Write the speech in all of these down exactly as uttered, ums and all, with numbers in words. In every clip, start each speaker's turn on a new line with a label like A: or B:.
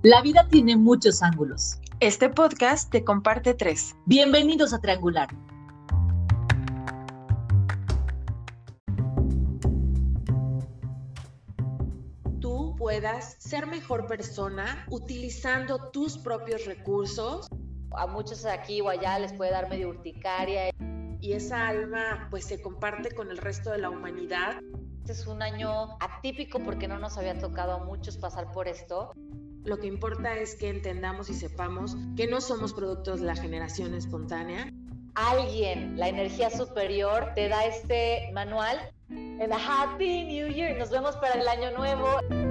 A: La vida tiene muchos ángulos.
B: Este podcast te comparte tres.
A: Bienvenidos a Triangular.
B: Tú puedas ser mejor persona utilizando tus propios recursos.
C: A muchos aquí o allá les puede dar medio urticaria.
B: Y esa alma pues se comparte con el resto de la humanidad.
C: Este es un año atípico porque no nos había tocado a muchos pasar por esto.
B: Lo que importa es que entendamos y sepamos que no somos productos de la generación espontánea.
C: Alguien, la energía superior, te da este manual en Happy New Year. Nos vemos para el año nuevo.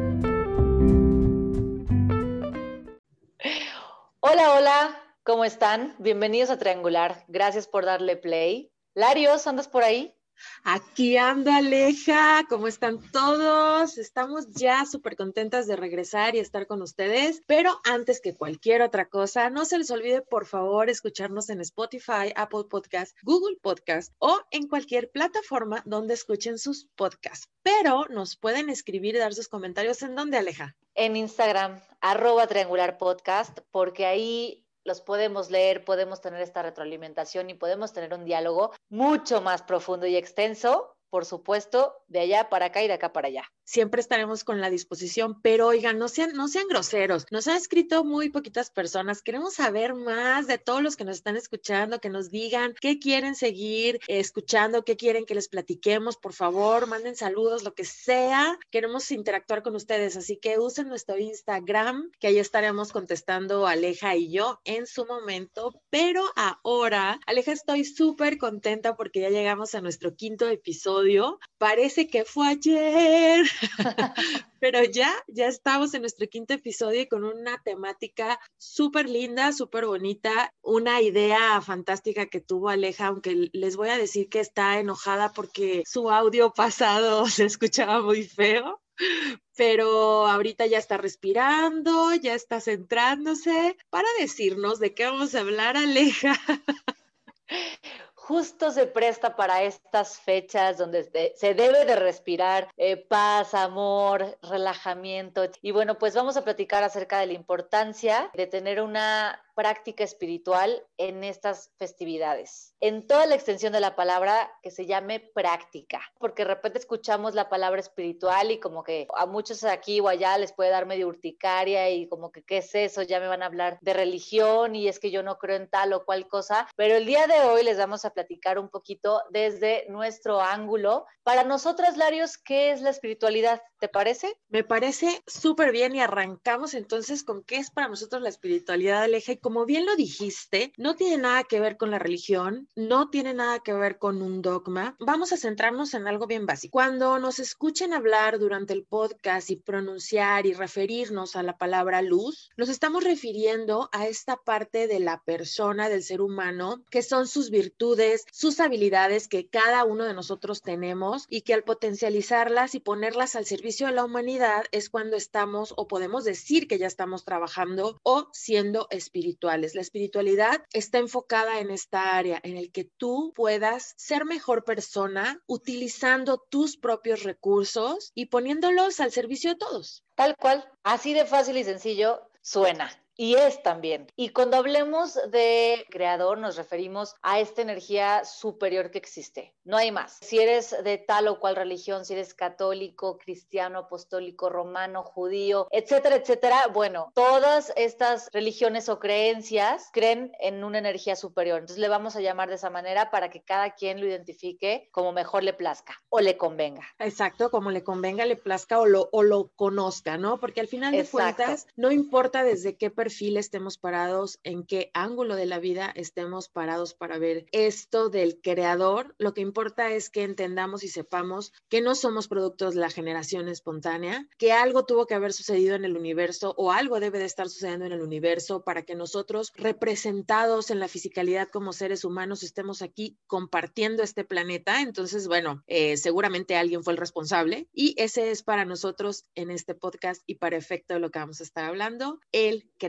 C: Hola, hola, ¿cómo están? Bienvenidos a Triangular. Gracias por darle play. Larios, ¿andas por ahí?
B: Aquí anda Aleja, ¿cómo están todos? Estamos ya súper contentas de regresar y estar con ustedes, pero antes que cualquier otra cosa, no se les olvide por favor escucharnos en Spotify, Apple Podcast, Google Podcast o en cualquier plataforma donde escuchen sus podcasts, pero nos pueden escribir y dar sus comentarios. ¿En dónde, Aleja?
C: En Instagram, arroba Triangular Podcast, porque ahí los podemos leer, podemos tener esta retroalimentación y podemos tener un diálogo mucho más profundo y extenso, por supuesto, de allá para acá y de acá para allá.
B: Siempre estaremos con la disposición, pero oigan, no sean, no sean groseros. Nos han escrito muy poquitas personas. Queremos saber más de todos los que nos están escuchando, que nos digan qué quieren seguir eh, escuchando, qué quieren que les platiquemos. Por favor, manden saludos, lo que sea. Queremos interactuar con ustedes, así que usen nuestro Instagram, que ahí estaremos contestando Aleja y yo en su momento. Pero ahora, Aleja, estoy súper contenta porque ya llegamos a nuestro quinto episodio. Parece que fue ayer. Pero ya, ya estamos en nuestro quinto episodio y con una temática súper linda, súper bonita, una idea fantástica que tuvo Aleja, aunque les voy a decir que está enojada porque su audio pasado se escuchaba muy feo, pero ahorita ya está respirando, ya está centrándose para decirnos de qué vamos a hablar, Aleja.
C: Justo se presta para estas fechas donde se debe de respirar eh, paz, amor, relajamiento. Y bueno, pues vamos a platicar acerca de la importancia de tener una práctica espiritual en estas festividades. En toda la extensión de la palabra, que se llame práctica, porque de repente escuchamos la palabra espiritual y como que a muchos aquí o allá les puede dar medio urticaria y como que ¿qué es eso? Ya me van a hablar de religión y es que yo no creo en tal o cual cosa, pero el día de hoy les vamos a platicar un poquito desde nuestro ángulo. Para nosotras, Larios, ¿qué es la espiritualidad? ¿Te parece?
B: Me parece súper bien y arrancamos entonces con qué es para nosotros la espiritualidad, Aleja. Y como bien lo dijiste, no tiene nada que ver con la religión, no tiene nada que ver con un dogma. Vamos a centrarnos en algo bien básico. Cuando nos escuchen hablar durante el podcast y pronunciar y referirnos a la palabra luz, nos estamos refiriendo a esta parte de la persona, del ser humano, que son sus virtudes, sus habilidades que cada uno de nosotros tenemos y que al potencializarlas y ponerlas al servicio de la humanidad es cuando estamos o podemos decir que ya estamos trabajando o siendo espirituales. La espiritualidad está enfocada en esta área en el que tú puedas ser mejor persona utilizando tus propios recursos y poniéndolos al servicio de todos.
C: Tal cual, así de fácil y sencillo suena. Y es también. Y cuando hablemos de creador, nos referimos a esta energía superior que existe. No hay más. Si eres de tal o cual religión, si eres católico, cristiano, apostólico, romano, judío, etcétera, etcétera, bueno, todas estas religiones o creencias creen en una energía superior. Entonces le vamos a llamar de esa manera para que cada quien lo identifique como mejor le plazca o le convenga.
B: Exacto, como le convenga, le plazca o lo, o lo conozca, ¿no? Porque al final de
C: Exacto.
B: cuentas, no importa desde qué perfil estemos parados, en qué ángulo de la vida estemos parados para ver esto del creador, lo que importa es que entendamos y sepamos que no somos productos de la generación espontánea, que algo tuvo que haber sucedido en el universo o algo debe de estar sucediendo en el universo para que nosotros, representados en la fisicalidad como seres humanos, estemos aquí compartiendo este planeta. Entonces, bueno, eh, seguramente alguien fue el responsable y ese es para nosotros en este podcast y para efecto de lo que vamos a estar hablando, el creador.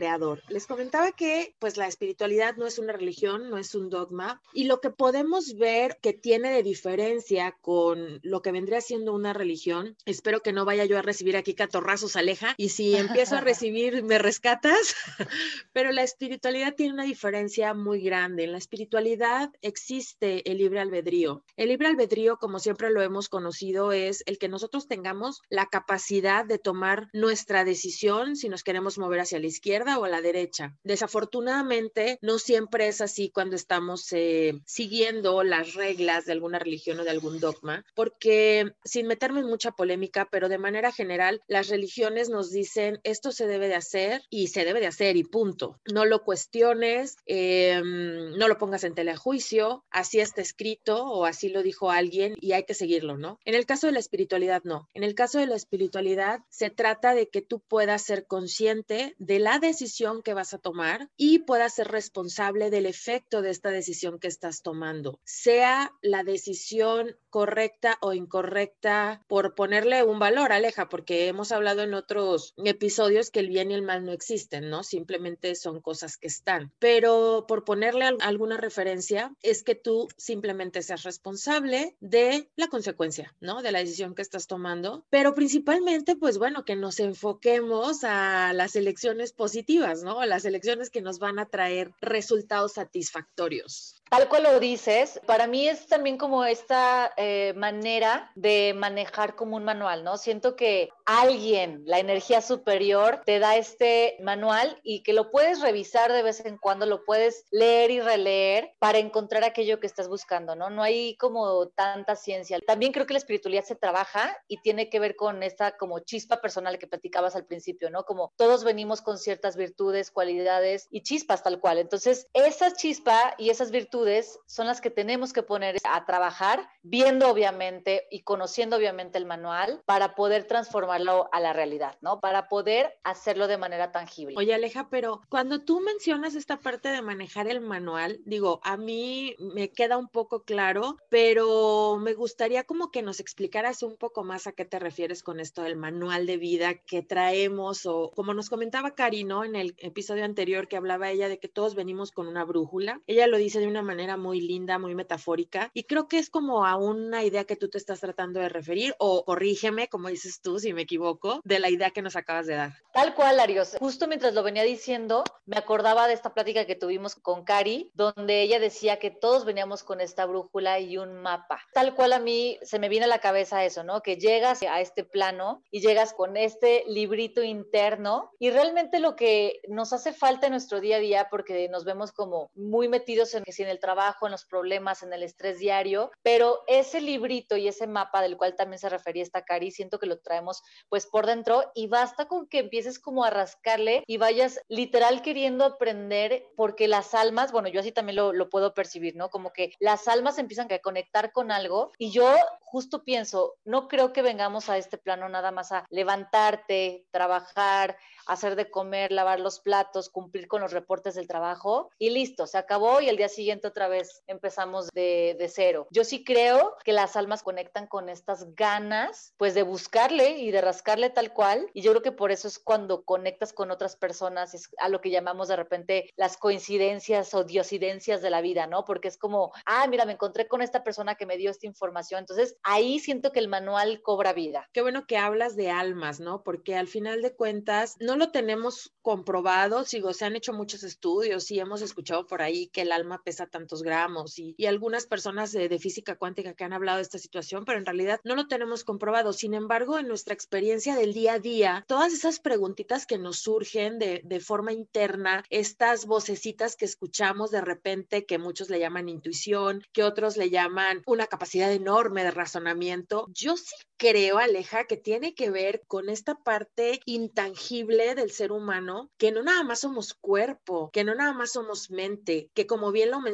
B: creador. Les comentaba que pues la espiritualidad no es una religión, no es un dogma, y lo que podemos ver que tiene de diferencia con lo que vendría siendo una religión, espero que no vaya yo a recibir aquí catorrazos, Aleja, y si empiezo a recibir me rescatas, pero la espiritualidad tiene una diferencia muy grande. En la espiritualidad existe el libre albedrío. El libre albedrío, como siempre lo hemos conocido, es el que nosotros tengamos la capacidad de tomar nuestra decisión si nos queremos mover hacia la izquierda o a la derecha. Desafortunadamente, no siempre es así cuando estamos eh, siguiendo las reglas de alguna religión o de algún dogma, porque sin meterme en mucha polémica, pero de manera general, las religiones nos dicen esto se debe de hacer y se debe de hacer y punto. No lo cuestiones, eh, no lo pongas en tela de juicio, así está escrito o así lo dijo alguien y hay que seguirlo, ¿no? En el caso de la espiritualidad, no. En el caso de la espiritualidad, se trata de que tú puedas ser consciente de la decisión que vas a tomar y puedas ser responsable del efecto de esta decisión que estás tomando, sea la decisión correcta o incorrecta, por ponerle un valor, Aleja, porque hemos hablado en otros episodios que el bien y el mal no existen, ¿no? Simplemente son cosas que están. Pero por ponerle alguna referencia, es que tú simplemente seas responsable de la consecuencia, ¿no? De la decisión que estás tomando, pero principalmente, pues bueno, que nos enfoquemos a las elecciones positivas, ¿no? A las elecciones que nos van a traer resultados satisfactorios.
C: Tal cual lo dices, para mí es también como esta eh, manera de manejar como un manual, ¿no? Siento que alguien, la energía superior, te da este manual y que lo puedes revisar de vez en cuando, lo puedes leer y releer para encontrar aquello que estás buscando, ¿no? No hay como tanta ciencia. También creo que la espiritualidad se trabaja y tiene que ver con esta como chispa personal que platicabas al principio, ¿no? Como todos venimos con ciertas virtudes, cualidades y chispas tal cual. Entonces, esa chispa y esas virtudes son las que tenemos que poner a trabajar, viendo obviamente y conociendo obviamente el manual para poder transformarlo a la realidad, ¿no? Para poder hacerlo de manera tangible.
B: Oye, Aleja, pero cuando tú mencionas esta parte de manejar el manual, digo, a mí me queda un poco claro, pero me gustaría como que nos explicaras un poco más a qué te refieres con esto del manual de vida que traemos, o como nos comentaba Cari, ¿no? En el episodio anterior que hablaba ella de que todos venimos con una brújula. Ella lo dice de una manera muy linda, muy metafórica, y creo que es como a una idea que tú te estás tratando de referir, o corrígeme, como dices tú, si me equivoco, de la idea que nos acabas de dar.
C: Tal cual, Arios. Justo mientras lo venía diciendo, me acordaba de esta plática que tuvimos con Cari, donde ella decía que todos veníamos con esta brújula y un mapa. Tal cual a mí se me viene a la cabeza eso, ¿no? Que llegas a este plano y llegas con este librito interno y realmente lo que nos hace falta en nuestro día a día, porque nos vemos como muy metidos en, en el trabajo, en los problemas, en el estrés diario, pero ese librito y ese mapa del cual también se refería esta Cari, siento que lo traemos pues por dentro y basta con que empieces como a rascarle y vayas literal queriendo aprender, porque las almas, bueno, yo así también lo, lo puedo percibir, ¿no? Como que las almas empiezan a conectar con algo y yo justo pienso, no creo que vengamos a este plano nada más a levantarte, trabajar, hacer de comer, lavar los platos, cumplir con los reportes del trabajo y listo, se acabó y el día siguiente otra vez empezamos de, de cero. Yo sí creo que las almas conectan con estas ganas, pues de buscarle y de rascarle tal cual, y yo creo que por eso es cuando conectas con otras personas, es a lo que llamamos de repente las coincidencias o diosidencias de la vida, ¿no? Porque es como, ah, mira, me encontré con esta persona que me dio esta información, entonces ahí siento que el manual cobra vida.
B: Qué bueno que hablas de almas, ¿no? Porque al final de cuentas no lo tenemos comprobado, sigo, se han hecho muchos estudios y hemos escuchado por ahí que el alma pesa tantos gramos y, y algunas personas de, de física cuántica que han hablado de esta situación, pero en realidad no lo tenemos comprobado. Sin embargo, en nuestra experiencia del día a día, todas esas preguntitas que nos surgen de, de forma interna, estas vocecitas que escuchamos de repente, que muchos le llaman intuición, que otros le llaman una capacidad enorme de razonamiento, yo sí creo, Aleja, que tiene que ver con esta parte intangible del ser humano, que no nada más somos cuerpo, que no nada más somos mente, que como bien lo mencioné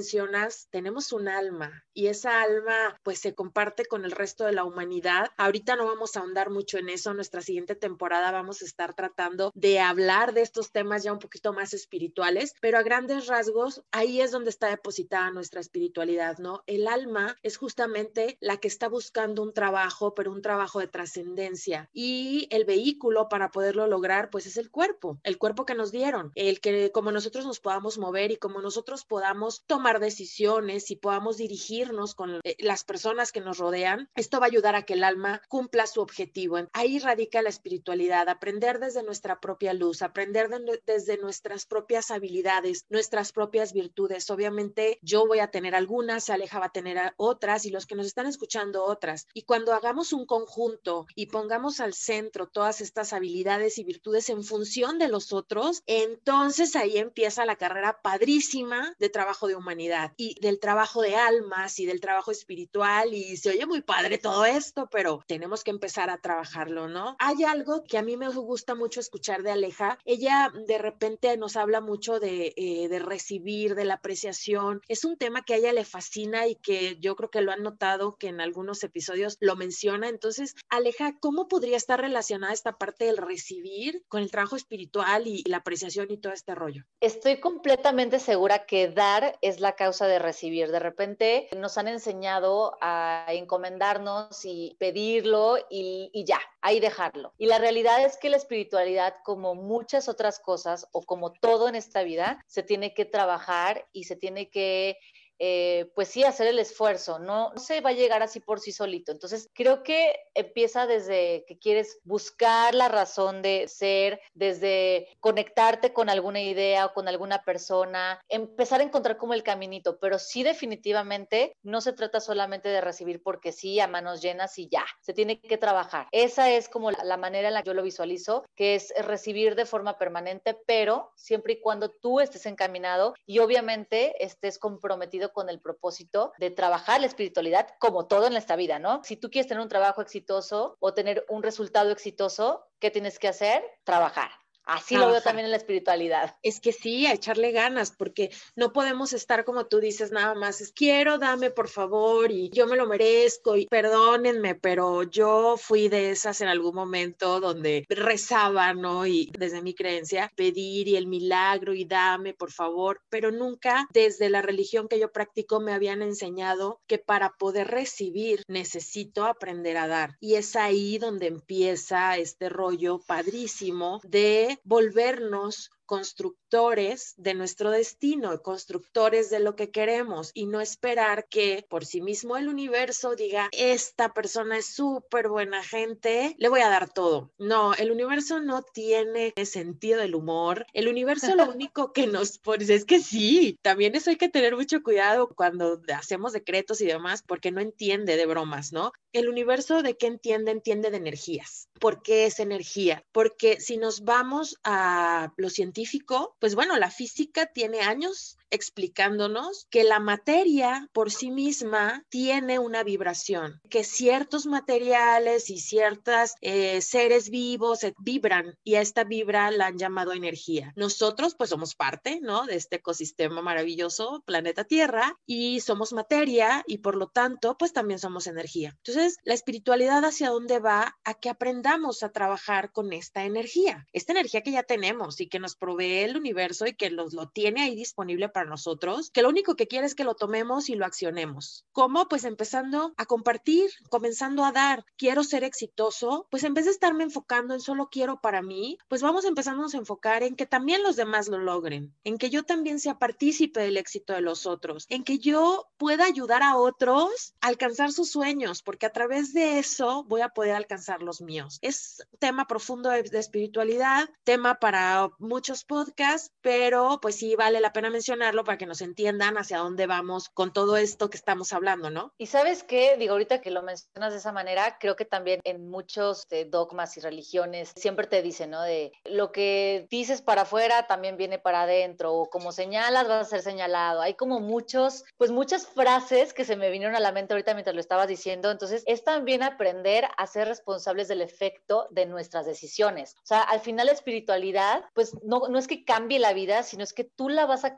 B: mencionas, tenemos un alma y esa alma pues se comparte con el resto de la humanidad. Ahorita no vamos a ahondar mucho en eso. Nuestra siguiente temporada vamos a estar tratando de hablar de estos temas ya un poquito más espirituales, pero a grandes rasgos ahí es donde está depositada nuestra espiritualidad, ¿no? El alma es justamente la que está buscando un trabajo, pero un trabajo de trascendencia, y el vehículo para poderlo lograr pues es el cuerpo, el cuerpo que nos dieron, el que como nosotros nos podamos mover y como nosotros podamos tomar decisiones y podamos dirigirnos con eh, las personas que nos rodean. Esto va a ayudar a que el alma cumpla su objetivo. Ahí radica la espiritualidad, aprender desde nuestra propia luz, aprender de, desde nuestras propias habilidades, nuestras propias virtudes. Obviamente yo voy a tener algunas, Aleja va a tener otras y los que nos están escuchando otras. Y cuando hagamos un conjunto y pongamos al centro todas estas habilidades y virtudes en función de los otros, entonces ahí empieza la carrera padrísima de trabajo de humanidad y del trabajo de almas y del trabajo espiritual, y se oye muy padre todo esto, pero tenemos que empezar a trabajarlo, ¿no? Hay algo que a mí me gusta mucho escuchar de Aleja. Ella de repente nos habla mucho de, eh, de recibir, de la apreciación. Es un tema que a ella le fascina y que yo creo que lo han notado que en algunos episodios lo menciona. Entonces, Aleja, ¿cómo podría estar relacionada esta parte del recibir con el trabajo espiritual y, y la apreciación y todo este rollo?
C: Estoy completamente segura que dar es la causa de recibir. De repente nos han enseñado a encomendarnos y pedirlo y, y ya, ahí dejarlo. Y la realidad es que la espiritualidad, como muchas otras cosas o como todo en esta vida, se tiene que trabajar y se tiene que Eh, pues sí, hacer el esfuerzo, no, no se va a llegar así por sí solito. Entonces, creo que empieza desde que quieres buscar la razón de ser, desde conectarte con alguna idea o con alguna persona, empezar a encontrar como el caminito, pero sí definitivamente no se trata solamente de recibir porque sí, a manos llenas y ya, se tiene que trabajar. Esa es como la, la manera en la que yo lo visualizo, que es recibir de forma permanente, pero siempre y cuando tú estés encaminado y obviamente estés comprometido con el propósito de trabajar la espiritualidad como todo en esta vida, ¿no? Si tú quieres tener un trabajo exitoso o tener un resultado exitoso, ¿qué tienes que hacer? Trabajar. Así
B: Trabajar.
C: Lo veo también en la espiritualidad.
B: Es que sí, a echarle ganas, porque no podemos estar como tú dices, nada más es quiero, dame por favor y yo me lo merezco y perdónenme, pero yo fui de esas en algún momento donde rezaba, ¿no? Y desde mi creencia, pedir y el milagro y dame por favor, pero nunca desde la religión que yo practico me habían enseñado que para poder recibir necesito aprender a dar. Y es ahí donde empieza este rollo padrísimo de volvernos constructores de nuestro destino, constructores de lo que queremos y no esperar que por sí mismo el universo diga, esta persona es súper buena gente, le voy a dar todo. No, el universo no tiene sentido del humor. El universo lo único que nos pone, es que sí, también eso hay que tener mucho cuidado cuando hacemos decretos y demás, porque no entiende de bromas, ¿no? El universo, ¿de qué entiende? Entiende de energías. ¿Por qué es energía? Porque si nos vamos a lo científico, pues bueno, la física tiene años explicándonos que la materia por sí misma tiene una vibración, que ciertos materiales y ciertos eh, seres vivos eh, vibran y a esta vibra la han llamado energía. Nosotros pues somos parte, ¿no? De este ecosistema maravilloso, planeta Tierra, y somos materia y por lo tanto pues también somos energía. Entonces, la espiritualidad hacia dónde va, a que aprendamos a trabajar con esta energía, esta energía que ya tenemos y que nos provee el universo y que los, lo tiene ahí disponible para nosotros, que lo único que quiere es que lo tomemos y lo accionemos. ¿Cómo? Pues empezando a compartir, comenzando a dar. Quiero ser exitoso, pues en vez de estarme enfocando en solo quiero para mí, pues vamos empezando a enfocar en que también los demás lo logren, en que yo también sea partícipe del éxito de los otros, en que yo pueda ayudar a otros a alcanzar sus sueños, porque a través de eso voy a poder alcanzar los míos. Es tema profundo de, de espiritualidad, tema para muchos podcasts, pero pues sí vale la pena mencionarlo para que nos entiendan hacia dónde vamos con todo esto que estamos hablando, ¿no?
C: Y ¿sabes qué? Digo, ahorita que lo mencionas de esa manera, creo que también en muchos eh, dogmas y religiones siempre te dicen, ¿no? De lo que dices para afuera también viene para adentro, o como señalas vas a ser señalado. Hay como muchos, pues muchas frases que se me vinieron a la mente ahorita mientras lo estabas diciendo. Entonces, es también aprender a ser responsables del efecto de nuestras decisiones. O sea, al final la espiritualidad, pues no, no es que cambie la vida, sino es que tú la vas a cambiar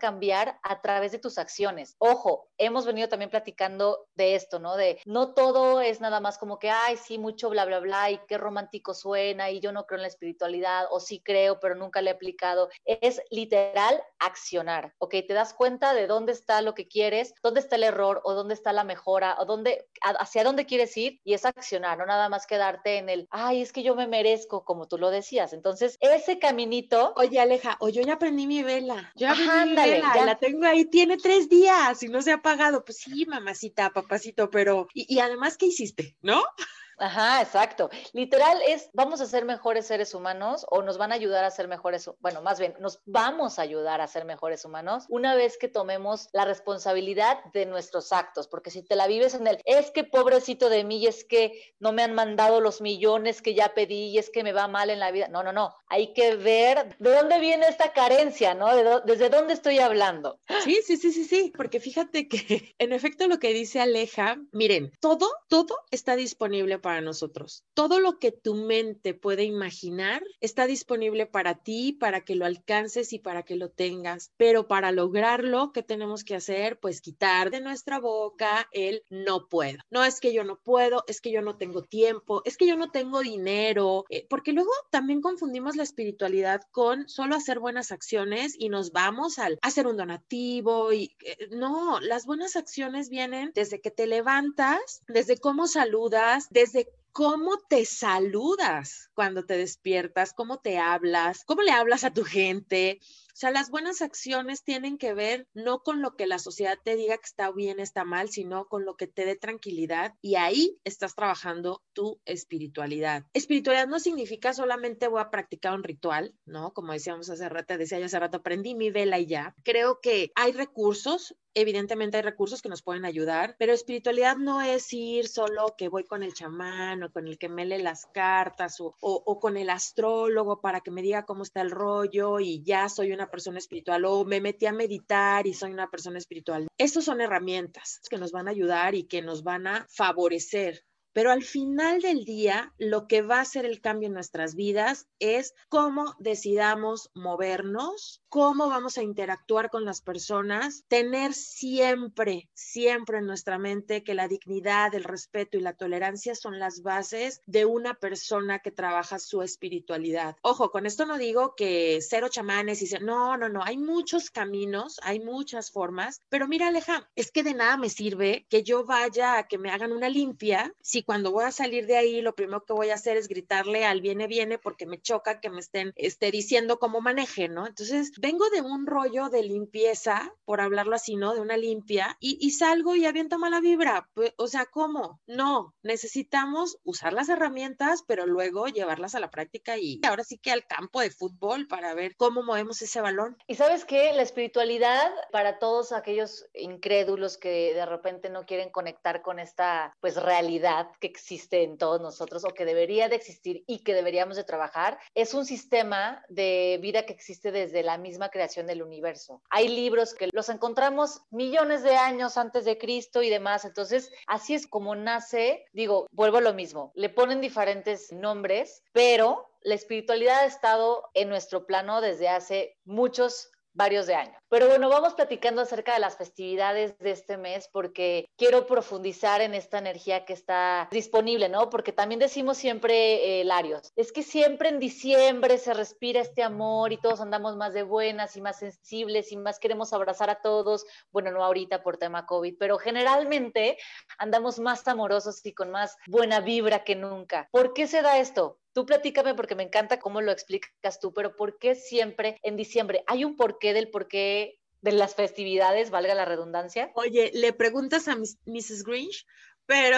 C: cambiar a través de tus acciones. Ojo, hemos venido también platicando de esto, ¿no? De no todo es nada más como que, ay, sí, mucho bla, bla, bla, y qué romántico suena, y yo no creo en la espiritualidad, o sí creo, pero nunca le he aplicado. Es literal accionar, ¿ok? Te das cuenta de dónde está lo que quieres, dónde está el error, o dónde está la mejora, o dónde, hacia dónde quieres ir, y es accionar, no nada más quedarte en el, ay, es que yo me merezco, como tú lo decías. Entonces, ese caminito.
B: Oye, Aleja, o yo ya prendí mi vela, yo ya
C: Ajá,
B: prendí mi
C: ándale,
B: vela, y la
C: ya.
B: tengo ahí, tiene tres días y no se ha apagado. Pues sí, mamacita, papacito, pero, y, y además, ¿qué hiciste? ¿No?
C: Ajá, exacto. Literal es, vamos a ser mejores seres humanos o nos van a ayudar a ser mejores, bueno, más bien, nos vamos a ayudar a ser mejores humanos una vez que tomemos la responsabilidad de nuestros actos, porque si te la vives en el, es que pobrecito de mí, y es que no me han mandado los millones que ya pedí, y es que me va mal en la vida. No, no, no. Hay que ver de dónde viene esta carencia, ¿no? De do, desde dónde estoy hablando.
B: Sí, sí, sí, sí, sí, porque fíjate que en efecto lo que dice Aleja, miren, todo, todo está disponible para nosotros. Todo lo que tu mente puede imaginar está disponible para ti, para que lo alcances y para que lo tengas. Pero para lograrlo, ¿qué tenemos que hacer? Pues quitar de nuestra boca el no puedo. No es que yo no puedo, es que yo no tengo tiempo, es que yo no tengo dinero, eh, porque luego también confundimos la espiritualidad con solo hacer buenas acciones y nos vamos al hacer un donativo. Y eh, no, las buenas acciones vienen desde que te levantas, desde cómo saludas, desde cómo te saludas cuando te despiertas, cómo te hablas, cómo le hablas a tu gente. O sea, las buenas acciones tienen que ver no con lo que la sociedad te diga que está bien, está mal, sino con lo que te dé tranquilidad, y ahí estás trabajando tu espiritualidad. Espiritualidad no significa solamente voy a practicar un ritual, ¿no? Como decíamos hace rato, decía yo hace rato, prendí mi vela y ya. Creo que hay recursos. Evidentemente hay recursos que nos pueden ayudar, pero espiritualidad no es ir solo que voy con el chamán o con el que me lee las cartas o, o, o con el astrólogo para que me diga cómo está el rollo y ya soy una persona espiritual, o me metí a meditar y soy una persona espiritual. Estas son herramientas que nos van a ayudar y que nos van a favorecer. Pero al final del día, lo que va a hacer el cambio en nuestras vidas es cómo decidamos movernos, cómo vamos a interactuar con las personas, tener siempre, siempre en nuestra mente que la dignidad, el respeto y la tolerancia son las bases de una persona que trabaja su espiritualidad. Ojo, con esto no digo que cero chamanes y cero, no, no, no, hay muchos caminos, hay muchas formas, pero mira, Aleja, es que de nada me sirve que yo vaya a que me hagan una limpia si cuando voy a salir de ahí lo primero que voy a hacer es gritarle al viene, viene, porque me choca que me estén este, diciendo cómo maneje, ¿no? Entonces, vengo de un rollo de limpieza, por hablarlo así, ¿no? De una limpia, y, y salgo y aviento mala vibra. Pues, o sea, ¿cómo? No, necesitamos usar las herramientas, pero luego llevarlas a la práctica y ahora sí que al campo de fútbol para ver cómo movemos ese balón.
C: Y sabes qué, la espiritualidad para todos aquellos incrédulos que de repente no quieren conectar con esta pues realidad que existe en todos nosotros o que debería de existir y que deberíamos de trabajar, es un sistema de vida que existe desde la misma creación del universo. Hay libros que los encontramos millones de años antes de Cristo y demás, entonces así es como nace, digo, vuelvo a lo mismo, le ponen diferentes nombres, pero la espiritualidad ha estado en nuestro plano desde hace muchos varios de años. Pero bueno, vamos platicando acerca de las festividades de este mes porque quiero profundizar en esta energía que está disponible, ¿no? Porque también decimos siempre, eh, Larios, es que siempre en diciembre se respira este amor y todos andamos más de buenas y más sensibles y más queremos abrazar a todos. Bueno, no ahorita por tema COVID, pero generalmente andamos más amorosos y con más buena vibra que nunca. ¿Por qué se da esto? Tú platícame porque me encanta cómo lo explicas tú, pero ¿por qué siempre en diciembre? ¿Hay un porqué del porqué de las festividades, valga la redundancia?
B: Oye, le preguntas a missus Grinch, pero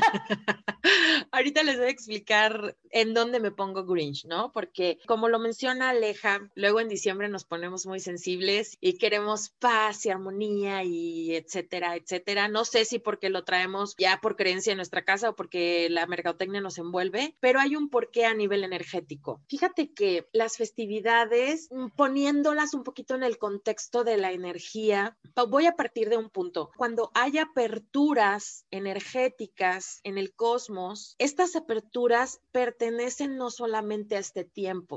B: ahorita les voy a explicar en dónde me pongo Grinch, ¿no? Porque como lo menciona Aleja, luego en diciembre nos ponemos muy sensibles y queremos paz y armonía y etcétera, etcétera. No sé si porque lo traemos ya por creencia en nuestra casa o porque la mercadotecnia nos envuelve, pero hay un porqué a nivel energético. Fíjate que las festividades, poniéndolas un poquito en el contexto de la energía, voy a partir de un punto. Cuando hay aperturas energéticas en el cosmos, estas aperturas pertenecen no solamente a este tiempo.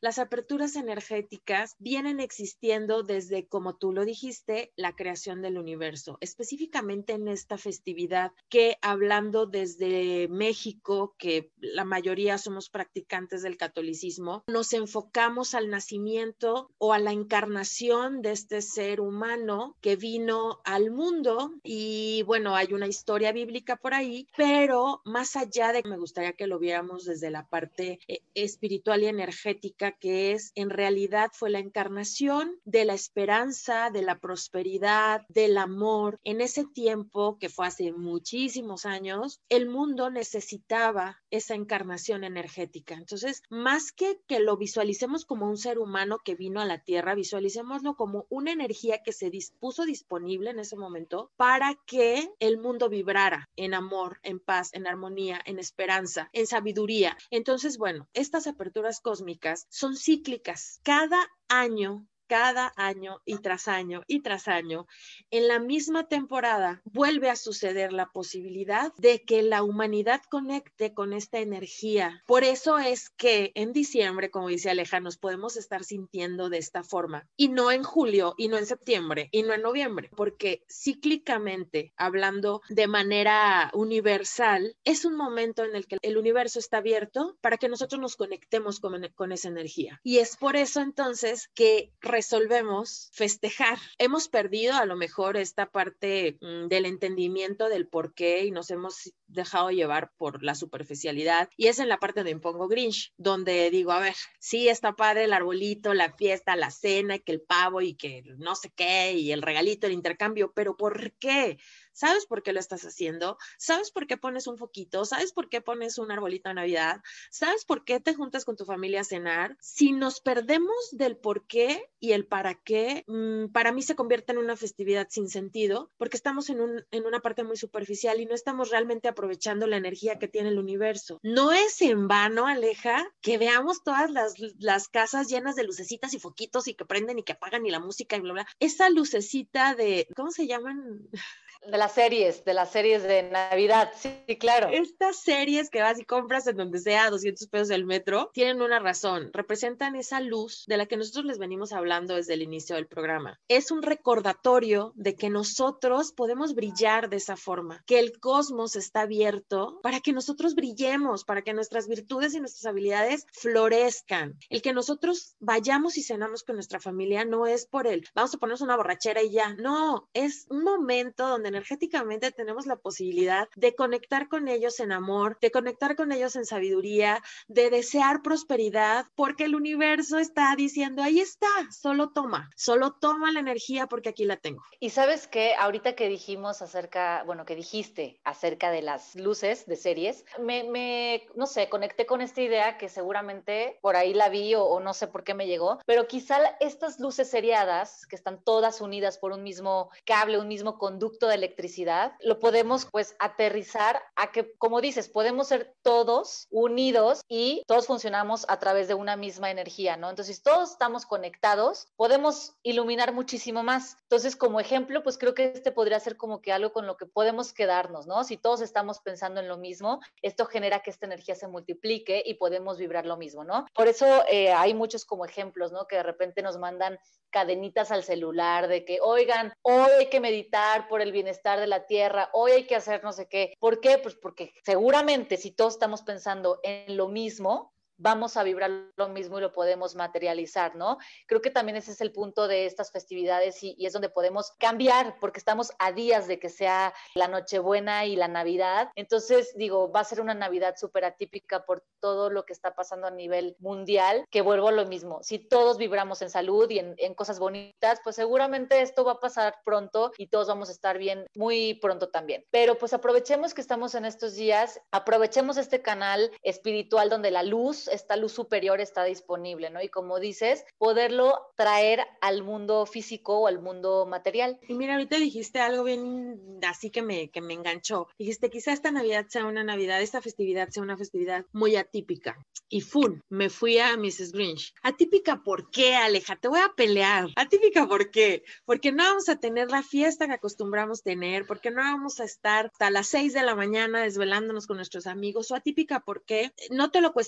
B: las aperturas energéticas vienen existiendo desde, como tú lo dijiste, la creación del universo, específicamente en esta festividad que, hablando desde México, que la mayoría somos practicantes del catolicismo, nos enfocamos al nacimiento o a la encarnación de este ser humano que vino al mundo. Y bueno, hay una historia bíblica por ahí, pero más allá de que me gustaría que lo viéramos desde la parte eh, espiritual y energética, que es, en realidad fue la encarnación de la esperanza, de la prosperidad, del amor. En ese tiempo, que fue hace muchísimos años, el mundo necesitaba esa encarnación energética. Entonces, más que que lo visualicemos como un ser humano que vino a la Tierra, visualicémoslo como una energía que se dispuso disponible en ese momento para que el mundo vibrara en amor, en paz, en armonía, en esperanza, en sabiduría. Entonces, bueno, estas aperturas cósmicas son cíclicas. Cada año cada año y tras año y tras año, en la misma temporada vuelve a suceder la posibilidad de que la humanidad conecte con esta energía. Por eso es que en diciembre, como dice Aleja, nos podemos estar sintiendo de esta forma, y no en julio, y no en septiembre, y no en noviembre, porque cíclicamente, hablando de manera universal, es un momento en el que el universo está abierto para que nosotros nos conectemos con, con esa energía. Y es por eso entonces que resolvemos festejar. Hemos perdido a lo mejor esta parte mmm, del entendimiento del por qué y nos hemos dejado llevar por la superficialidad, y es en la parte de Impongo Grinch, donde digo, a ver, sí está padre el arbolito, la fiesta, la cena, que el pavo y que no sé qué, y el regalito, el intercambio, pero ¿por qué? ¿Sabes por qué lo estás haciendo? ¿Sabes por qué pones un foquito? ¿Sabes por qué pones un arbolito de Navidad? ¿Sabes por qué te juntas con tu familia a cenar? Si nos perdemos del por qué y el para qué, mmm, para mí se convierte en una festividad sin sentido, porque estamos en, un, en una parte muy superficial y no estamos realmente aprovechando la energía que tiene el universo. No es en vano, Aleja, que veamos todas las, las casas llenas de lucecitas y foquitos y que prenden y que apagan y la música y bla, bla. Esa lucecita de, ¿cómo se llaman?
C: De las series, de las series de Navidad, sí, claro.
B: Estas series que vas y compras en donde sea doscientos pesos el metro, tienen una razón, representan esa luz de la que nosotros les venimos hablando desde el inicio del programa. Es un recordatorio de que nosotros podemos brillar de esa forma, que el cosmos está abierto para que nosotros brillemos, para que nuestras virtudes y nuestras habilidades florezcan. El que nosotros vayamos y cenamos con nuestra familia no es por el, vamos a ponernos una borrachera y ya, no, es un momento donde energéticamente tenemos la posibilidad de conectar con ellos en amor, de conectar con ellos en sabiduría, de desear prosperidad, porque el universo está diciendo, ahí está, solo toma, solo toma la energía porque aquí la tengo.
C: Y sabes que ahorita que dijimos acerca, bueno, que dijiste acerca de las luces de series, me, me no sé, conecté con esta idea que seguramente por ahí la vi o, o no sé por qué me llegó, pero quizá estas luces seriadas, que están todas unidas por un mismo cable, un mismo conducto de electricidad, lo podemos pues aterrizar a que, como dices, podemos ser todos unidos y todos funcionamos a través de una misma energía, ¿no? Entonces, si todos estamos conectados, podemos iluminar muchísimo más. Entonces, como ejemplo, pues creo que este podría ser como que algo con lo que podemos quedarnos, ¿no? Si todos estamos pensando en lo mismo, esto genera que esta energía se multiplique y podemos vibrar lo mismo, ¿no? Por eso eh, hay muchos como ejemplos, ¿no? Que de repente nos mandan cadenitas al celular de que, oigan, hoy hay que meditar por el bienestar de la tierra, hoy hay que hacer no sé qué. ¿Por qué? Pues porque seguramente si todos estamos pensando en lo mismo, vamos a vibrar lo mismo y lo podemos materializar, ¿no? Creo que también ese es el punto de estas festividades y, y es donde podemos cambiar, porque estamos a días de que sea la Nochebuena y la Navidad. Entonces, digo, va a ser una Navidad súper atípica por todo lo que está pasando a nivel mundial, que vuelvo a lo mismo. Si todos vibramos en salud y en, en cosas bonitas, pues seguramente esto va a pasar pronto y todos vamos a estar bien muy pronto también. Pero pues aprovechemos que estamos en estos días, aprovechemos este canal espiritual donde la luz, esta luz superior está disponible, ¿no? Y como dices, poderlo traer al mundo físico o al mundo material.
B: Y mira, ahorita dijiste algo bien así que me, que me enganchó. Dijiste, quizá esta Navidad sea una Navidad, esta festividad sea una festividad muy atípica. Y ¡fum! Me fui a missus Grinch. ¿Atípica por qué, Aleja? Te voy a pelear. ¿Atípica por qué? Porque no vamos a tener la fiesta que acostumbramos tener, porque no vamos a estar hasta las seis de la mañana desvelándonos con nuestros amigos. O atípica porque, no te lo cuestiono,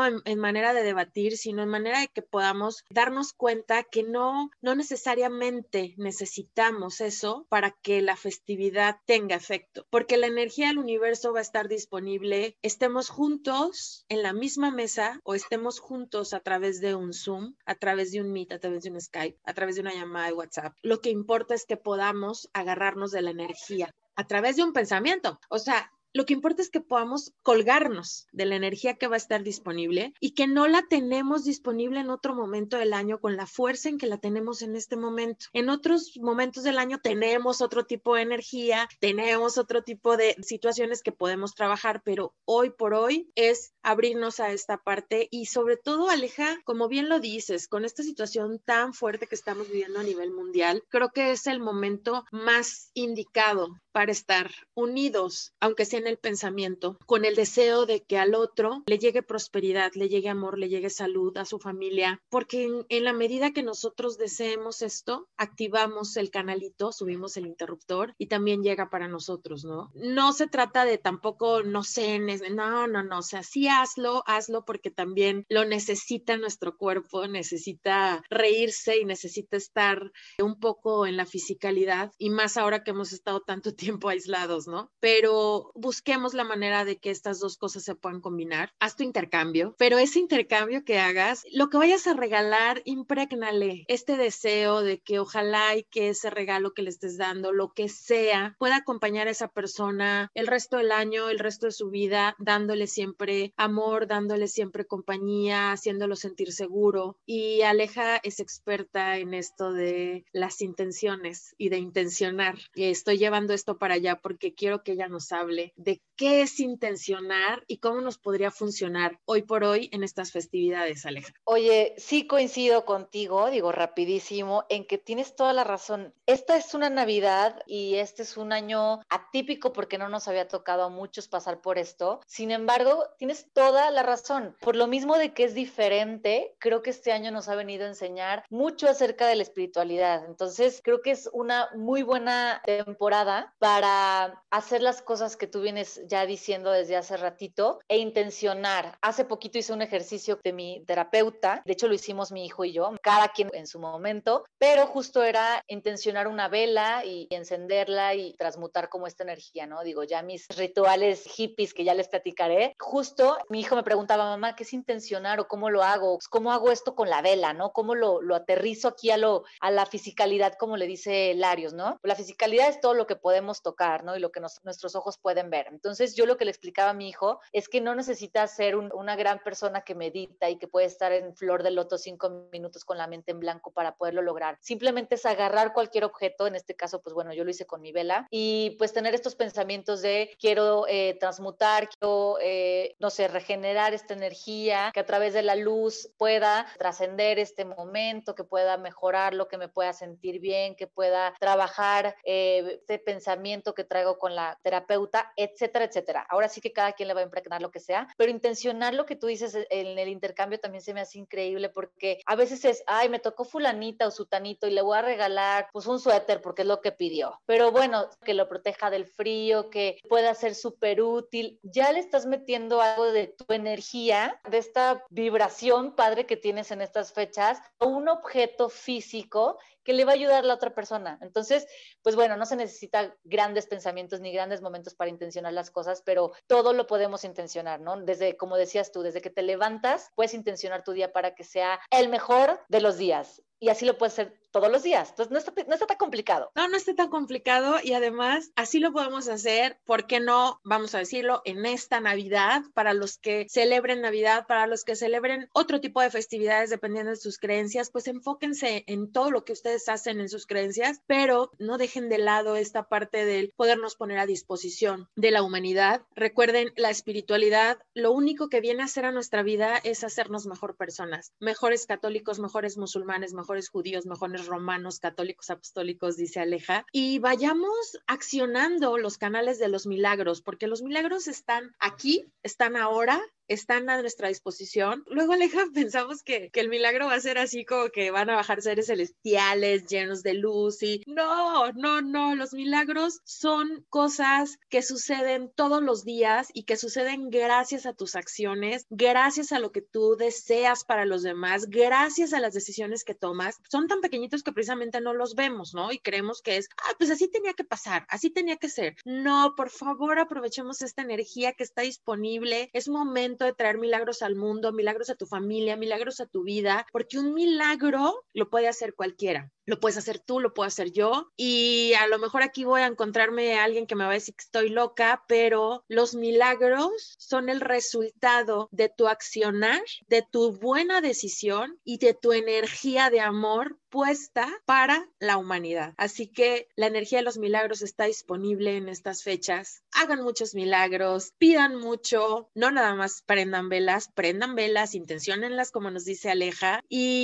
B: no en, en manera de debatir, sino en manera de que podamos darnos cuenta que no, no necesariamente necesitamos eso para que la festividad tenga efecto, porque la energía del universo va a estar disponible, estemos juntos en la misma mesa o estemos juntos a través de un Zoom, a través de un Meet, a través de un Skype, a través de una llamada de WhatsApp. Lo que importa es que podamos agarrarnos de la energía a través de un pensamiento. O sea, lo que importa es que podamos colgarnos de la energía que va a estar disponible y que no la tenemos disponible en otro momento del año con la fuerza en que la tenemos en este momento. En otros momentos del año tenemos otro tipo de energía, tenemos otro tipo de situaciones que podemos trabajar, pero hoy por hoy es abrirnos a esta parte y sobre todo, Aleja, como bien lo dices, con esta situación tan fuerte que estamos viviendo a nivel mundial, creo que es el momento más indicado para estar unidos, aunque sea en el pensamiento, con el deseo de que al otro le llegue prosperidad, le llegue amor, le llegue salud a su familia, porque en, en la medida que nosotros deseemos esto, activamos el canalito, subimos el interruptor y también llega para nosotros, ¿no? No se trata de tampoco, no sé, no, no, no, o sea, sí hazlo, hazlo porque también lo necesita nuestro cuerpo, necesita reírse y necesita estar un poco en la fisicalidad y más ahora que hemos estado tanto tiempo tiempo aislados, ¿no? Pero busquemos la manera de que estas dos cosas se puedan combinar. Haz tu intercambio, pero ese intercambio que hagas, lo que vayas a regalar, imprégnale este deseo de que ojalá y que ese regalo que le estés dando, lo que sea, pueda acompañar a esa persona el resto del año, el resto de su vida, dándole siempre amor, dándole siempre compañía, haciéndolo sentir seguro. Y Aleja es experta en esto de las intenciones y de intencionar. Y estoy llevando esto para allá porque quiero que ella nos hable de qué es intencionar y cómo nos podría funcionar hoy por hoy en estas festividades, Aleja.
C: Oye, sí coincido contigo, digo rapidísimo, en que tienes toda la razón. Esta es una Navidad y este es un año atípico porque no nos había tocado a muchos pasar por esto. Sin embargo, tienes toda la razón. Por lo mismo de que es diferente, creo que este año nos ha venido a enseñar mucho acerca de la espiritualidad. Entonces, creo que es una muy buena temporada para hacer las cosas que tú vienes ya diciendo desde hace ratito e intencionar. Hace poquito hice un ejercicio de mi terapeuta, de hecho lo hicimos mi hijo y yo, cada quien en su momento, pero justo era intencionar una vela y encenderla y transmutar como esta energía, ¿no? Digo, ya mis rituales hippies que ya les platicaré, justo mi hijo me preguntaba, mamá, ¿qué es intencionar o cómo lo hago? ¿Cómo hago esto con la vela, no? ¿Cómo lo, lo aterrizo aquí a, lo, a la fisicalidad, como le dice Larios, ¿no? La fisicalidad es todo lo que podemos tocar, ¿no? Y lo que nos, nuestros ojos pueden ver. Entonces, yo lo que le explicaba a mi hijo es que no necesita ser un, una gran persona que medita y que puede estar en flor de loto cinco minutos con la mente en blanco para poderlo lograr. Simplemente es agarrar cualquier objeto, en este caso, pues bueno, yo lo hice con mi vela, y pues tener estos pensamientos de quiero eh, transmutar, quiero, eh, no sé, regenerar esta energía, que a través de la luz pueda trascender este momento, que pueda mejorarlo, que me pueda sentir bien, que pueda trabajar eh, este pensamiento que traigo con la terapeuta, etcétera, etcétera. Ahora sí que cada quien le va a impregnar lo que sea, pero intencionar lo que tú dices en el intercambio también se me hace increíble porque a veces es, ay, me tocó fulanita o sutanito y le voy a regalar pues un suéter porque es lo que pidió. Pero bueno, que lo proteja del frío, que pueda ser súper útil. Ya le estás metiendo algo de tu energía, de esta vibración padre que tienes en estas fechas, a un objeto físico que le va a ayudar a la otra persona. Entonces, pues bueno, no se necesita grandes pensamientos ni grandes momentos para intencionar las cosas, pero todo lo podemos intencionar, ¿no? Desde, como decías tú, desde que te levantas, puedes intencionar tu día para que sea el mejor de los días. Y así lo puedes hacer todos los días. Entonces, no está, no está tan complicado.
B: No, no está tan complicado y además así lo podemos hacer, ¿por qué no? Vamos a decirlo, en esta Navidad, para los que celebren Navidad, para los que celebren otro tipo de festividades dependiendo de sus creencias, pues enfóquense en todo lo que ustedes hacen en sus creencias, pero no dejen de lado esta parte del podernos poner a disposición de la humanidad. Recuerden, la espiritualidad, lo único que viene a hacer a nuestra vida es hacernos mejor personas, mejores católicos, mejores musulmanes, mejores judíos, mejores romanos, católicos, apostólicos, dice Aleja, y vayamos accionando los canales de los milagros, porque los milagros están aquí, están ahora están a nuestra disposición. Luego, Aleja, pensamos que, que el milagro va a ser así como que van a bajar seres celestiales llenos de luz y no, no, no, los milagros son cosas que suceden todos los días y que suceden gracias a tus acciones, gracias a lo que tú deseas para los demás, gracias a las decisiones que tomas. Son tan pequeñitos que precisamente no los vemos, ¿no? Y creemos que es, ah, pues así tenía que pasar, así tenía que ser. No, por favor, aprovechemos esta energía que está disponible. Es momento de traer milagros al mundo, milagros a tu familia, milagros a tu vida, porque un milagro lo puede hacer cualquiera. Lo puedes hacer tú, lo puedo hacer yo, y a lo mejor aquí voy a encontrarme a alguien que me va a decir que estoy loca, pero los milagros son el resultado de tu accionar, de tu buena decisión y de tu energía de amor puesta para la humanidad. Así que la energía de los milagros está disponible en estas fechas. Hagan muchos milagros, pidan mucho, no nada más prendan velas, prendan velas, intenciónenlas como nos dice Aleja,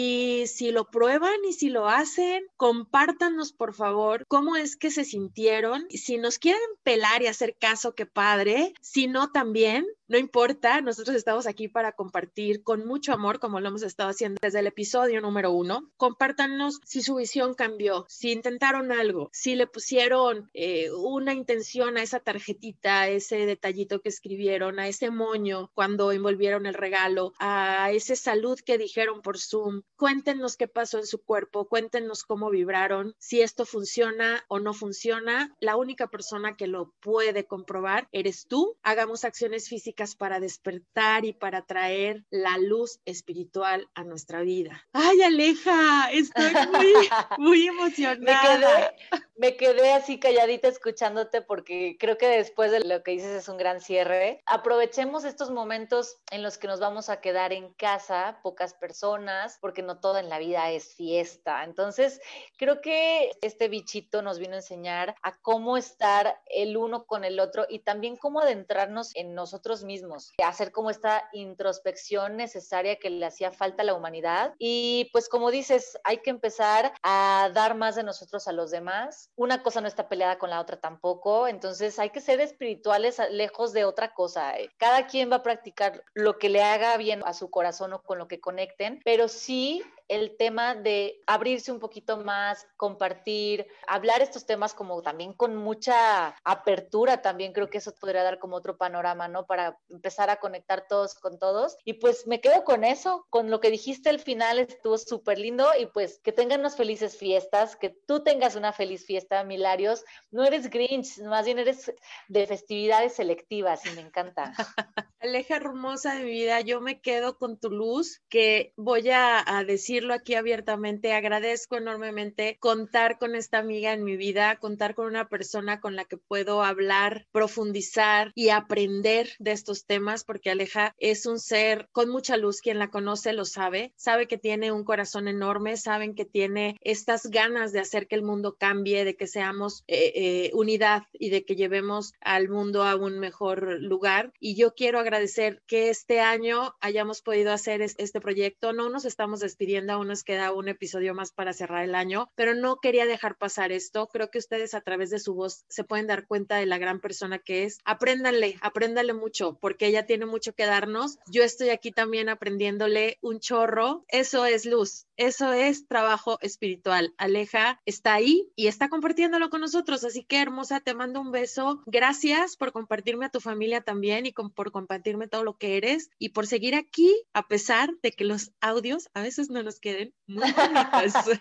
B: y si lo prueban y si lo hacen, compártanos por favor cómo es que se sintieron. Si nos quieren pelar y hacer caso, qué padre. Si no, también, no importa, nosotros estamos aquí para compartir con mucho amor, como lo hemos estado haciendo desde el episodio número uno. Compártanos si su visión cambió, si intentaron algo, si le pusieron eh, una intención a esa tarjetita, a ese detallito que escribieron, a ese moño cuando envolvieron el regalo, a ese salud que dijeron por Zoom. Cuéntenos qué pasó en su cuerpo, cuéntenos cómo vibraron, si esto funciona o no funciona. La única persona que lo puede comprobar eres tú. Hagamos acciones físicas para despertar y para traer la luz espiritual a nuestra vida. ¡Ay, Aleja! Estoy muy, muy emocionada.
C: Me quedé, me quedé así calladita escuchándote porque creo que después de lo que dices es un gran cierre. Aprovechemos estos momentos en los que nos vamos a quedar en casa, pocas personas, porque no todo en la vida es fiesta. Entonces, creo que este bichito nos vino a enseñar a cómo estar el uno con el otro y también cómo adentrarnos en nosotros mismos, hacer como esta introspección necesaria que le hacía falta a la humanidad. Y pues como dices, hay que empezar a dar más de nosotros a los demás. Una cosa no está peleada con la otra tampoco, entonces hay que ser espirituales lejos de otra cosa. Cada quien va a practicar lo que le haga bien a su corazón o con lo que conecten, pero sí el tema de abrirse un poquito más, compartir, hablar estos temas como también con mucha apertura, también creo que eso podría dar como otro panorama, ¿no? Para empezar a conectar todos con todos. Y pues me quedo con eso, con lo que dijiste al final, estuvo súper lindo y pues que tengan unas felices fiestas, que tú tengas una feliz fiesta, Milarios. No eres Grinch, más bien eres de festividades selectivas y me encanta.
B: Aleja hermosa de mi vida, yo me quedo con tu luz, que voy a, a decirlo aquí abiertamente, agradezco enormemente contar con esta amiga en mi vida, contar con una persona con la que puedo hablar, profundizar y aprender de estos temas, porque Aleja es un ser con mucha luz, quien la conoce lo sabe, sabe que tiene un corazón enorme, saben que tiene estas ganas de hacer que el mundo cambie, de que seamos eh, eh, unidad y de que llevemos al mundo a un mejor lugar, y yo quiero agradecer agradecer que este año hayamos podido hacer este proyecto. No nos estamos despidiendo, aún nos queda un episodio más para cerrar el año, pero no quería dejar pasar esto. Creo que ustedes a través de su voz se pueden dar cuenta de la gran persona que es. Apréndanle, apréndanle mucho, porque ella tiene mucho que darnos. Yo estoy aquí también aprendiéndole un chorro. Eso es luz, eso es trabajo espiritual. Aleja está ahí y está compartiéndolo con nosotros, así que hermosa, te mando un beso. Gracias por compartirme a tu familia también y con, por compartirme todo lo que eres y por seguir aquí a pesar de que los audios a veces no nos queden muy bonitos.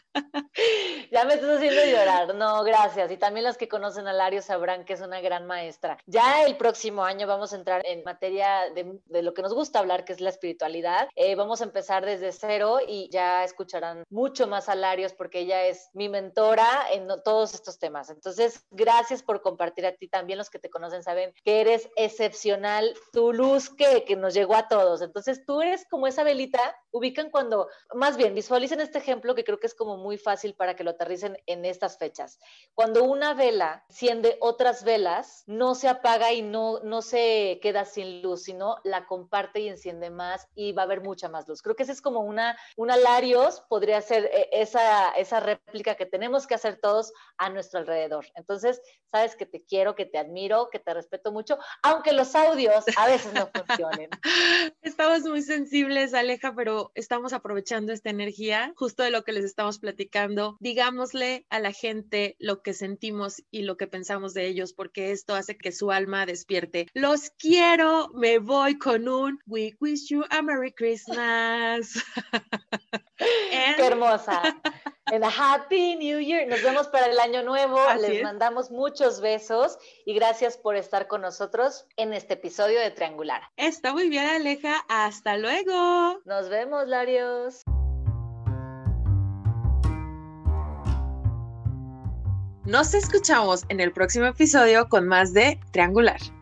C: Ya me estás haciendo llorar. No, gracias. Y también los que conocen a Lario sabrán que es una gran maestra. Ya el próximo año vamos a entrar en materia de, de lo que nos gusta hablar, que es la espiritualidad. Eh, vamos a empezar desde cero y ya escucharán mucho más a Larios porque ella es mi mentora en todos estos temas. Entonces, gracias por compartir. A ti también, los que te conocen saben que eres excepcional. Tu luz que, que nos llegó a todos. Entonces, tú eres como esa velita. Ubican cuando, más bien, visualicen este ejemplo que creo que es como muy fácil para que lo aterricen en estas fechas. Cuando una vela enciende otras velas, no se apaga y no, no se queda sin luz, sino la comparte y enciende más y va a haber mucha más luz. Creo que ese es como una, una Larios, podría ser esa, esa réplica que tenemos que hacer todos a nuestro alrededor. Entonces, sabes que te quiero, que te admiro, que te respeto mucho, aunque los audios a veces no funcionen.
B: Estamos muy sensibles, Aleja, pero estamos aprovechando esta energía, justo de lo que les estamos platicando. Digámosle a la gente lo que sentimos y lo que pensamos de ellos, porque esto hace que su alma despierte. Los quiero, me voy con un We wish you a Merry Christmas.
C: And... ¡Qué hermosa! And a Happy New Year. Nos vemos para el año nuevo.
B: Así
C: Les
B: es.
C: mandamos muchos besos y gracias por estar con nosotros en este episodio de Triangular.
B: Está muy bien, Aleja. Hasta luego.
C: Nos vemos, Larios.
B: Nos escuchamos en el próximo episodio con más de Triangular.